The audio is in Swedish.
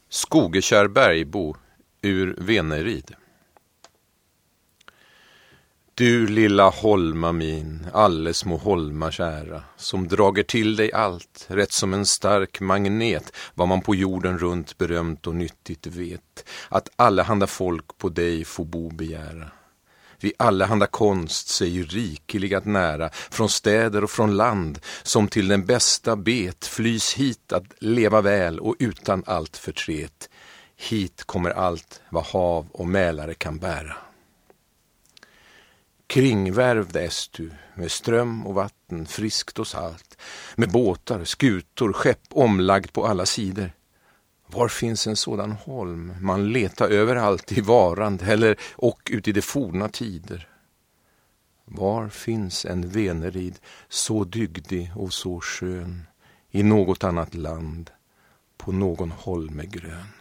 Skogekär bergbo ur Venerid. Du lilla holma min, alle små holmar kära, som drager till dig allt, rätt som en stark magnet, vad man på jorden runt berömt och nyttigt vet, att allehanda folk på dig får bo begära. Vi allehanda konst sig rikelig att nära, från städer och från land, som till den bästa bet flys hit att leva väl och utan allt förtret. Hit kommer allt vad hav och mälare kan bära. Kringvärvd är du med ström och vatten friskt och salt, med båtar, skutor, skepp omlagd på alla sidor. Var finns en sådan holm man letar överallt i varand eller och ut i de forna tider? Var finns en Venerid så dygdig och så skön i något annat land på någon holme grön?